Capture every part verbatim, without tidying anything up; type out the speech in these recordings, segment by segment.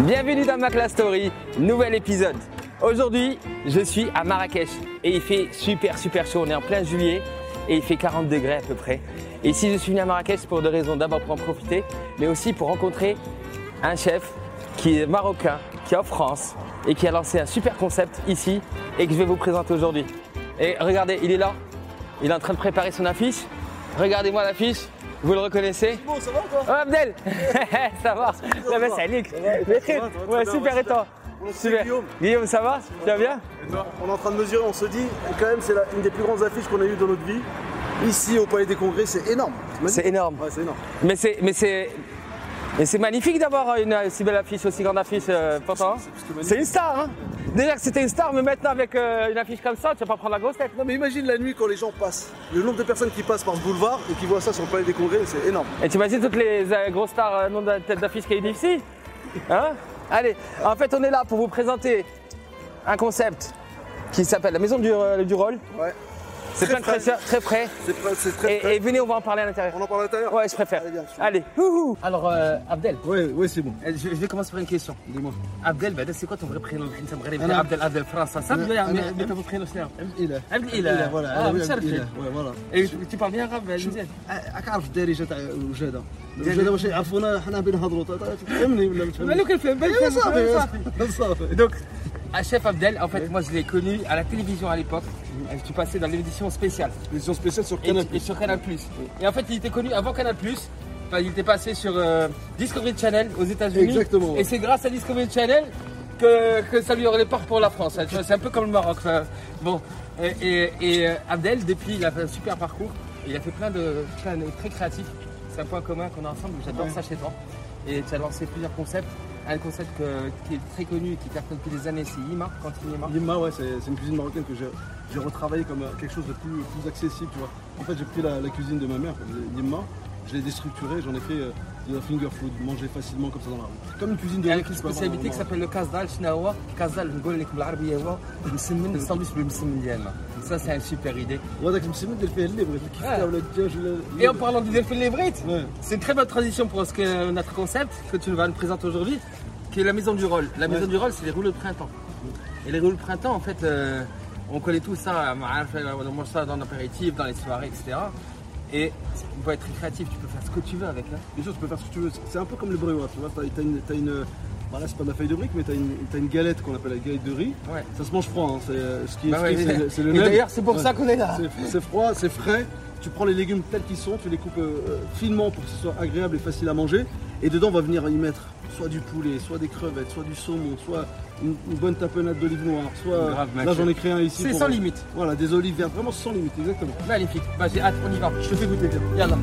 Bienvenue dans ma classe story, nouvel épisode. Aujourd'hui, je suis à Marrakech et il fait super super chaud. On est en plein juillet et il fait quarante degrés à peu près. Et ici, je suis venu à Marrakech pour deux raisons. D'abord pour en profiter, mais aussi pour rencontrer un chef qui est marocain, qui est en France et qui a lancé un super concept ici et que je vais vous présenter aujourd'hui. Et regardez, il est là, il est en train de préparer son affiche. Regardez-moi l'affiche. Vous le reconnaissez? Bon, ça va quoi? Oh Abdel. Ça va? Ça va, c'est Luc. Ouais, super et toi? Super. Guillaume. Guillaume, ça va? Tu vas bien? On est en train de mesurer, on se dit, quand même, c'est une des plus grandes affiches qu'on a eues dans notre vie. Ici, au Palais des Congrès, c'est énorme. C'est énorme. Ouais, c'est énorme. Mais c'est, mais c'est, mais c'est magnifique d'avoir une si belle affiche, aussi grande affiche, euh, pourtant. C'est une star, hein? Déjà que c'était une star, mais maintenant avec euh, une affiche comme ça, tu vas pas prendre la grosse tête. Non, mais imagine la nuit quand les gens passent. Le nombre de personnes qui passent par ce boulevard et qui voient ça sur le Palais des Congrès, c'est énorme. Et tu imagines toutes les euh, grosses stars, euh, nom de tête d'affiche qu'il y a ici? Hein? Allez, en fait, on est là pour vous présenter un concept qui s'appelle la maison du, euh, du rôle. Ouais. C'est plein de fraîcheur, très frais. C'est très, très Et, frais. et venez, on va en parler à l'intérieur. On en parle à l'intérieur? Ouais, je préfère. Allez, bien, je suis- Allez, wouhou. Alors, euh, Abdel, Ouais, ouais, c'est bon. je, je vais commencer par une question. Dis-moi. Abdel, bah, c'est quoi ton vrai prénom? Ça me Ana. Abdel, Abdel France. Ça, Ana. mais Ana. mais ton prénom, c'est Il est. Abdel, il est. voilà. Ah, oui, مش عارف il est. ليه. Ouais, voilà. Et tu tu parles bien arabe, مزيان. راك عارف الدارجه تاع وجاده وجاده واش يعرفونا حنا بنهضروا تفهمني ولا ما تفهمنيش؟ مالك الفهم ايوا بالفهم صافي صافي. Donc, à Chef Abdel, en fait, moi je l'ai connu à la télévision à l'époque. Je suis passé dans l'édition spéciale. Édition spéciale sur Et, Canal+. et sur Canal+. Et en fait, il était connu avant Canal+. Enfin, il était passé sur euh, Discovery Channel aux États-Unis. Exactement. Et c'est grâce à Discovery Channel que, que ça lui aurait les portes pour la France. hein. Tu vois, c'est un peu comme le Maroc. Enfin, bon, et, et, et, euh, Abdel, depuis, il a fait un super parcours. Il a fait plein de, plein de très créatif. C'est un point commun qu'on a ensemble. J'adore Ouais. ça chez toi. Et tu as lancé plusieurs concepts. Un concept que- qui est très connu et qui cartonne depuis des années, c'est Yima, Cantine Yima. Yimma, ouais, c'est c'est une cuisine marocaine que j'ai j'ai retravaillé comme euh, quelque chose de plus, plus accessible, tu vois. En fait, j'ai pris la, la cuisine de ma mère, Yimma, je l'ai déstructurée, j'en ai fait euh, de la finger food, manger facilement comme ça dans la rue. Comme une cuisine de Et rue avec que une tu peux avoir spécialité qui dans- s'appelle le Kazdal, شنو هو؟ Kazdal نقول لك بالعربية هو مسمن الساندويتش بالمسمن ديالنا. Ça c'est une super idée. وهذاك المسمن دير فيه اللي بغيت الكفته Ah. ولا الدجاج ولا Et en parlant du défilé frites, Ouais. c'est une très bonne transition pour ce que notre concept que tu vas nous présenter aujourd'hui, qui est la maison du rôle. La maison Ouais. du rôle, c'est les rouleaux de printemps. Et les rouleaux de printemps, en fait, euh, on connaît tout ça, on mange ça dans l'apéritif, dans les soirées, et cetera. Et on peut être très créatif, tu peux faire ce que tu veux avec là. Bien sûr, tu peux faire ce que tu veux. C'est un peu comme le breuil, tu vois. T'as t'as une, t'as une, bah là, c'est pas de la feuille de brique, mais t'as une, t'as une galette qu'on appelle la galette de riz. Ouais. Ça se mange froid, hein. C'est ce qui est, Bah ce qui ouais, est- c'est le- c'est le et nem. d'ailleurs, c'est pour Ouais. ça qu'on est là. C'est- C'est froid, c'est frais. Tu prends les légumes tels qu'ils sont, tu les coupes euh, finement pour que ce soit agréable et facile à manger. Et dedans, on va venir y mettre soit du poulet, soit des crevettes, soit du saumon, soit une, une bonne tapenade d'olive noire, soit. Grave, mec. Là, j'en ai créé un ici. C'est pour- sans limite. Voilà, des olives vertes, vraiment sans limite, exactement. Magnifique. Bah, j'ai hâte, on y va. Je te fais goûter. Yallah.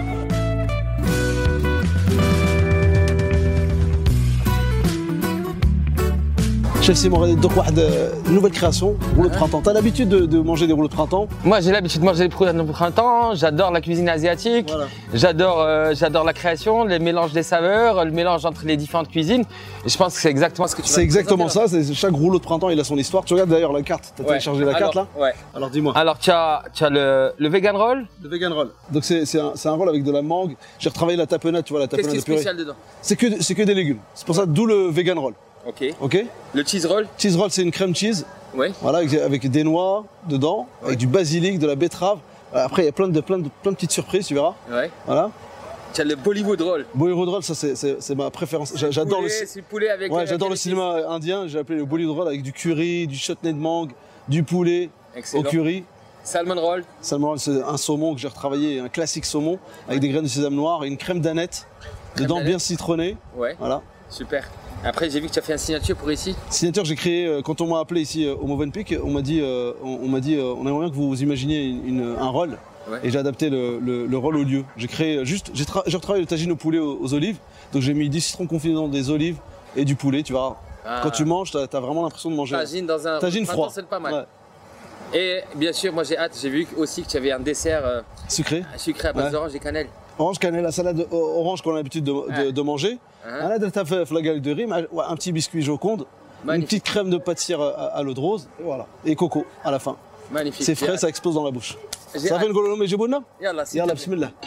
Chef Simon, donc, une nouvelle création, rouleau de printemps. T'as l'habitude de, de manger des rouleaux de printemps? Moi, j'ai l'habitude de manger des produits de printemps. J'adore la cuisine asiatique. Voilà. J'adore, euh, j'adore la création, les mélanges des saveurs, le mélange entre les différentes cuisines. Et je pense que c'est exactement ce que tu vas C'est nous exactement présenter, ça, c'est- chaque rouleau de printemps il a son histoire. Tu regardes d'ailleurs la carte, t'as là. téléchargé la carte Alors, là Ouais. Alors dis-moi. Alors, tu as, tu as le, le vegan roll. Le vegan roll. Donc c'est c'est un, c'est un roll avec de la mangue. J'ai retravaillé la tapenade, tu vois la Qu'est-ce tapenade qui est de purée. spécial dedans? C'est que, c'est que des légumes. C'est pour ça d'où le vegan roll. Ok. Ok. Le cheese roll. Cheese roll c'est une crème cheese, Ouais. voilà, avec, avec des noix dedans, Ouais. avec du basilic, de la betterave. Après il y a plein de, plein de, plein de petites surprises, tu verras. Ouais. Voilà. Tu as le Bollywood roll. Bollywood roll, ça c'est- c'est c'est ma préférence. J'a- J'adore le, Poulet, c'est poulet avec. ouais, euh, j'adore le avec cinéma indien. J'ai appelé le Bollywood roll avec du curry, du chutney de mangue, du poulet Excellent. au curry. Salmon roll. Salmon roll, c'est un saumon que j'ai retravaillé, un classique saumon avec des graines de sésame noir et une crème d'aneth dedans d'aneth. bien citronnée. Ouais. Voilà. Super. Après, j'ai vu que tu as fait un signature pour ici. Signature, j'ai créé euh, quand on m'a appelé ici euh, au Movenpick, on m'a dit, euh, on, on m'a dit, euh, on aimerait bien que vous imaginiez une- une- un roll. Ouais. Et j'ai adapté le, le, le roll au lieu. J'ai créé juste, j'ai, tra- j'ai retravaillé le tagine au poulet aux, aux olives. Donc j'ai mis du citron confit dans des olives et du poulet. Tu vois, Ah. quand tu manges, t'as, t'as vraiment l'impression de manger. Tagine dans un. Tagine printemps, froid. C'est pas mal. Ouais. Et bien sûr, moi j'ai hâte. J'ai vu aussi que tu avais un dessert euh, Sucré. sucré à base Ouais. d'orange et cannelle. Orange cannelle, la salade o- orange qu'on a l'habitude de, de, Ouais. de manger. Hein. Un درتها في la galette de riz, ouais, un petit biscuit joconde, une Magnifique. petite crème de pâte cire à, à l'eau de rose, et voilà. Et coco à la fin. Magnifique. C'est J'ai frais, hâte. ça explose dans la bouche. J'ai Ça hâte. fait une gololo mais j'ai bonne Yallah, s'il Yallah, te plaît. bismillah.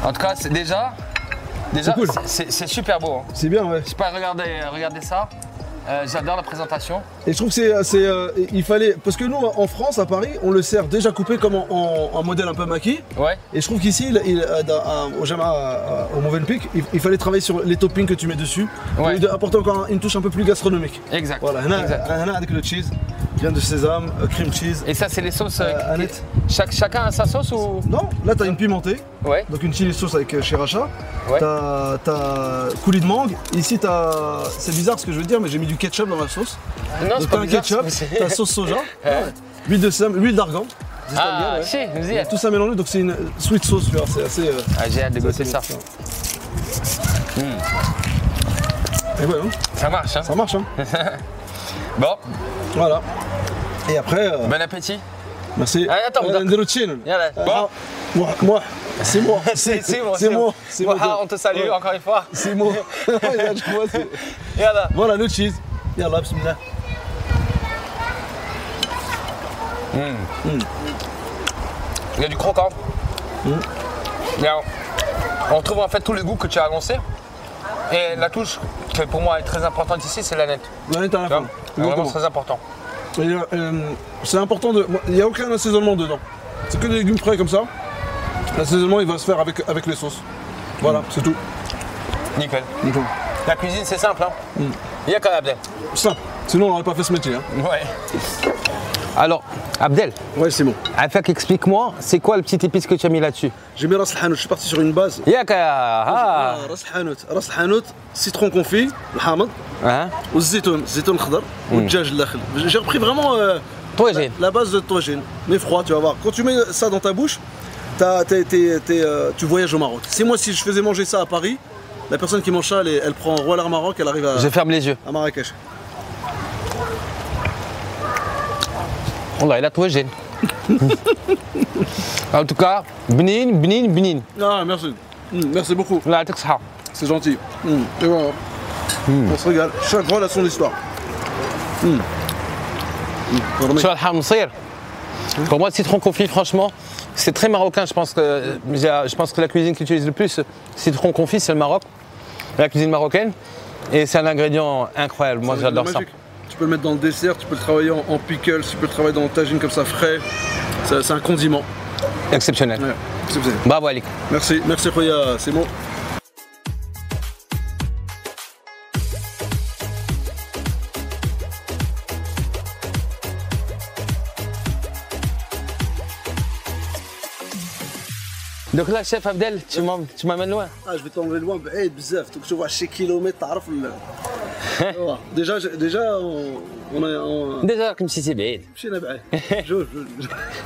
En tout cas, c'est déjà, déjà cool. c'est c'est super beau. Hein. C'est bien, ouais. Je sais pas, regardez, regardez ça. Euh, J'adore la présentation. Et je trouve que c'est, c'est, euh, il fallait, parce que nous en France, à Paris, on le sert déjà coupé comme en, en- en modèle un peu maquis. Ouais. Et je trouve qu'ici, il, il- euh, dans- à- au Jama, à- au Movenpick, il, il fallait travailler sur les toppings que tu mets dessus, pour Ouais. lui apporter encore une touche un peu plus gastronomique. Exact. Voilà, هنا- exact. هنا avec le cheese, graines de sésame, euh, cream cheese. Et ça, c'est les sauces. euh, Euh, qui- Annette. chaque, chacun a sa sauce ou. Non, là t'as une pimentée, Ouais. donc une chili sauce avec euh, sriracha. Ouais. T'as, t'as coulis de mangue. Ici t'as, c'est bizarre ce que je veux dire, mais j'ai mis du ketchup dans la sauce. Non, Donc c'est t'as pas un bizarre. ketchup, c'est- t'as sauce soja, l'huile de sésame, l'huile d'argan. Ah, ouais. si, vous y êtes. Tout ça mélangé, donc c'est une sweet sauce, tu vois, c'est assez. euh, Ah, j'ai hâte de goûter c'est ça. bon, Et ouais, hein, Ça marche, hein. ça marche, hein. Bon, Voilà. Et après, euh, bon appétit. merci. Ah, attends, Euh, d'accord. Nderuchin. Yalla. Ah, Bon, moi, moi, c'est moi. c'est c'est bon. c'est moi. C'est Bon, moi. ah, on te salue Ouais. encore une fois. C'est moi. Regarde, je vois, c'est- Yalla. Voilà le cheese. Yallah, bismillah. Il y a du croquant. Il y a- on trouve en fait tous les goûts que tu as annoncés. Et la touche qui pour moi est très importante ici, c'est la nette. La nette à la Tu vois, fin. c'est vraiment Exactement. très important. Et, euh, c'est important de. Il n'y a aucun assaisonnement dedans. C'est que des légumes frais comme ça. L'assaisonnement il va se faire avec, avec les sauces. Voilà, c'est tout. Nickel. Nickel. La cuisine, c'est simple. Hein. Il y a qu'à Abdel. Simple. Sinon on n'aurait pas fait ce métier. Hein. Ouais. Alors, Abdel, Ouais, c'est bon. Afak, explique-moi, c'est quoi le petit épice que tu as mis là-dessus? J'ai mis ras الحانوت. Je suis parti sur une base. Yaka, ah, راس الحانوت راس الحانوت citron confit الحامض hein? والزيتون الزيتون الخضر والدجاج الداخل. J'ai repris vraiment euh, Toi, j'ai. la base de togène, mais froid, tu vas voir. Quand tu mets ça dans ta bouche, t'as- t'es- t'es- t'es, euh, tu voyages au Maroc. C'est moi, si je faisais manger ça à Paris, la personne qui mange ça, elle, est- elle prend Roi Maroc, elle arrive à, Je ferme les yeux. à Marrakech. Wallah, il a trouvé gêne. En tout cas, bnin, bnin, bnin. Ah, merci. Mm, merci beaucoup. Là, t'es que ça. C'est gentil. Mm, et voilà. On se régale. Chaque rôle a son histoire. Mm. Mm. Pardon. Sur le hamsir. Pour moi, le citron confit, franchement, c'est très marocain. Je pense que, je pense que la cuisine qui utilise le plus citron confit, c'est le Maroc, la cuisine marocaine. Et c'est un ingrédient incroyable. Moi, C'est j'adore ça. magique. Tu peux le mettre dans le dessert, tu peux le travailler en, en pickles, tu peux le travailler dans le tagine comme ça frais. C'est c'est un condiment. Exceptionnel. Ouais, c'est bien. Bravo, Alik. Merci, merci Khoya, c'est bon. Donc là, chef Abdel, tu m'em- tu m'amènes loin. Ah, je vais t'enlever loin, بعيد بزاف, donc tu vois chez kilomètres, تعرف ال- Ouais. Déjà, j'ai- déjà on, on a on, Déjà, comme si c'est bête. مشينا بعيد. جوج جوج.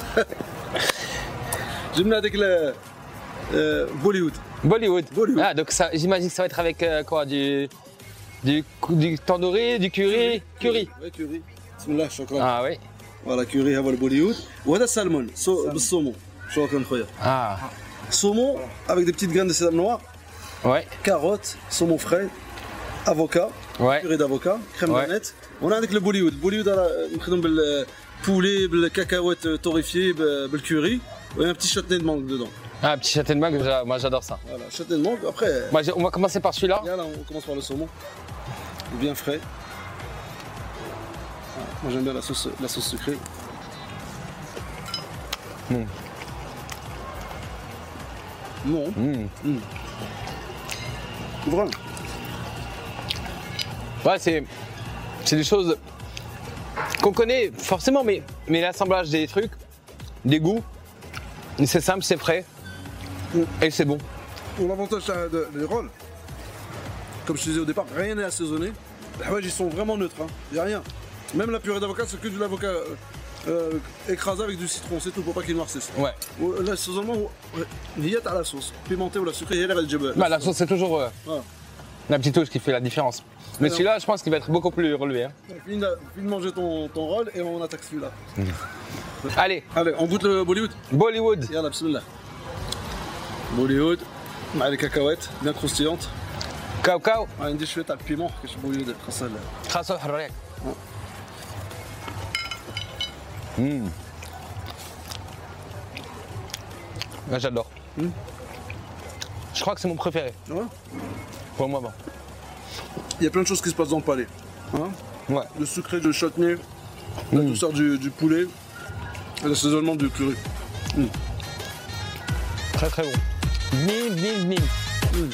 جبنا هذيك ال- آه، بوليوود. Bollywood. Bollywood. Ah, donc ça, j'imagine que ça va être avec euh, quoi du, du, du tandoori, du curry, curry. Ouais, curry. بسم الله شكرا. Ah oui. فوالا كوري هذا البوليوود وهذا سالمون سو بالصومون. شكرا خويا. Ah, Saumon avec des petites graines de sésame noir, ouais, carottes, saumon frais, avocat, ouais. purée d'avocat, crème Ouais. d'aneth. On a avec le Bollywood. Bollywood, on a le poulet, le cacahuète torréfié, le curry, et un petit châtenay de mangue dedans. Ah, un petit châtain de mangue, j'a- moi j'adore ça. Voilà, châtenay de mangue. Après, Moi, j'ai- on va commencer par celui-là. là, on commence par le saumon, bien frais. Voilà, moi j'aime bien la sauce, la sauce sucrée. Mm. Non. Mm. Mm. Vraiment. Ouais, c'est, c'est des choses qu'on connaît forcément, mais, mais l'assemblage des trucs, des goûts, c'est simple, c'est frais Mm. et c'est bon. Pour l'avantage euh, de- des rolls, comme je te disais au départ, rien n'est assaisonné. Les hawaj, ils sont vraiment neutres, il n'y a rien. Même la purée d'avocat, c'est que de l'avocat euh, euh, écrasé avec du citron, c'est tout, pour pas qu'il noircisse. Ouais. Ou- L'assaisonnement, il y a à la sauce, pimentée ou la sucrée, il y a l'air de Bah, la sauce, c'est toujours euh, Voilà. la petite touche qui fait la différence. Mais Alors- celui-là, je pense qu'il va être beaucoup plus relevé. Hein. Finis de, finis de manger ton, ton roll et on attaque celui-là. Allez, Allez, on goûte le Bollywood. Bollywood. Yallah, bismillah. Bollywood, avec les cacahuètes, bien croustillantes. Kao kao. Ah, une chouette à piment, que je Bollywood, خاصة ال- خاصة الحراق. Mmh. Là, j'adore. Mm. Je crois que c'est mon préféré. Ouais. Pour le moment. Il y a plein de choses qui se passent dans le palais. Hein, Ouais. le sucré du chutney, la Mm. douceur du, du poulet, et l'assaisonnement du curry. Mm. Très très bon. Bnin, bnin, bnin. Mm.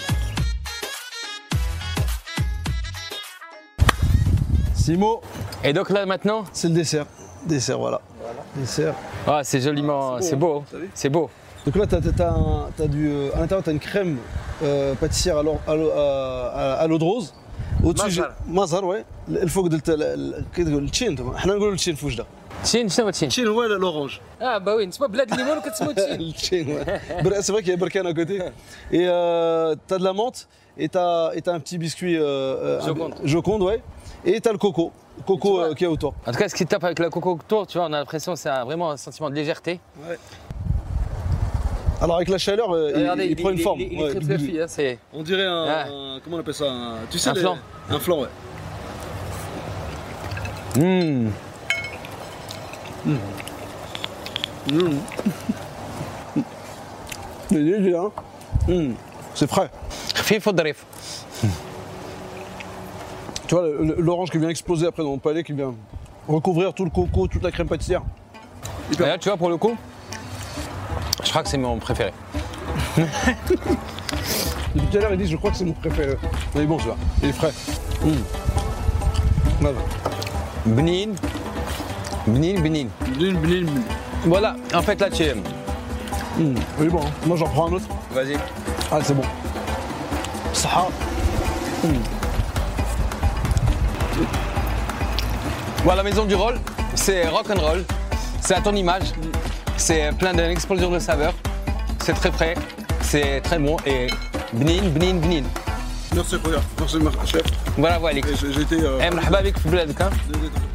Simo, Et donc là maintenant, c'est le dessert. Dessert, voilà. Dessert. ah, c'est joliment, Ah, c'est c'est beau, beau, t'as vu c'est beau. Donc là, t'as, t'as- t'as un- t'as du, euh, à l'intérieur, t'as une crème euh, pâtissière à l'eau, à l'eau- à- à l'eau de rose. Au-dessus, Mazhar. j'ai- Mazhar, ouais. الفوق درت ال- ال- كي تقول التشين طبعا حنا نقولوا التشين في وجده. تشين شنو هو تشين؟ Chine, ouais, l'orange. اه bah oui, نسمى بلاد الليمون وكتسمى تشين. التشين, ouais. Ber- C'est vrai qu'il y a Berkane à côté. Et euh, t'as de la menthe et t'as, et t'as un petit biscuit euh, euh, Joconde. un- Joconde, ouais. Et t'as le coco. Coco Tu vois. euh, qui est autour. En tout cas, ce qui tape avec la coco autour, tu vois, on a l'impression que c'est un- vraiment un sentiment de légèreté. Ouais. Alors avec la chaleur, euh, il, Regardez, il prend une il, forme. Il, il Ouais, est très du- fluffy, hein, c'est. On dirait un, Ah. un- comment on appelle ça un, tu sais, Un les- flan. Un flan, ouais. Mmh. Mm. Il est léger, hein. Hum, C'est frais. خفيف وظريف. Tu vois, le- le- l'orange qui vient exploser après dans le palais, qui vient recouvrir tout le coco, toute la crème pâtissière. Et là, tu vois, pour le coup, je crois que c'est mon préféré. Depuis tout à l'heure, ils disent, je crois que c'est mon préféré. Il est bon celui-là, il est frais. Hum. Voilà. Bnin, bnin, bnin. Blin, blin, blin. Voilà, en fait là, tu es. Hum, Il est bon, hein. Moi j'en prends un autre. Vas-y. Ah, c'est bon. Saha. Bon, la maison du roll, c'est rock and roll. C'est à ton image. C'est plein d'une explosion de saveurs. C'est très frais. C'est très bon et bnin, bnin, bnin. Merci, Khoya. Merci, chef. Voilà, voilà. Et J'ai j'ai été. euh, Eh, مرحبا بك في بلادك. ها. j'ai- j'ai-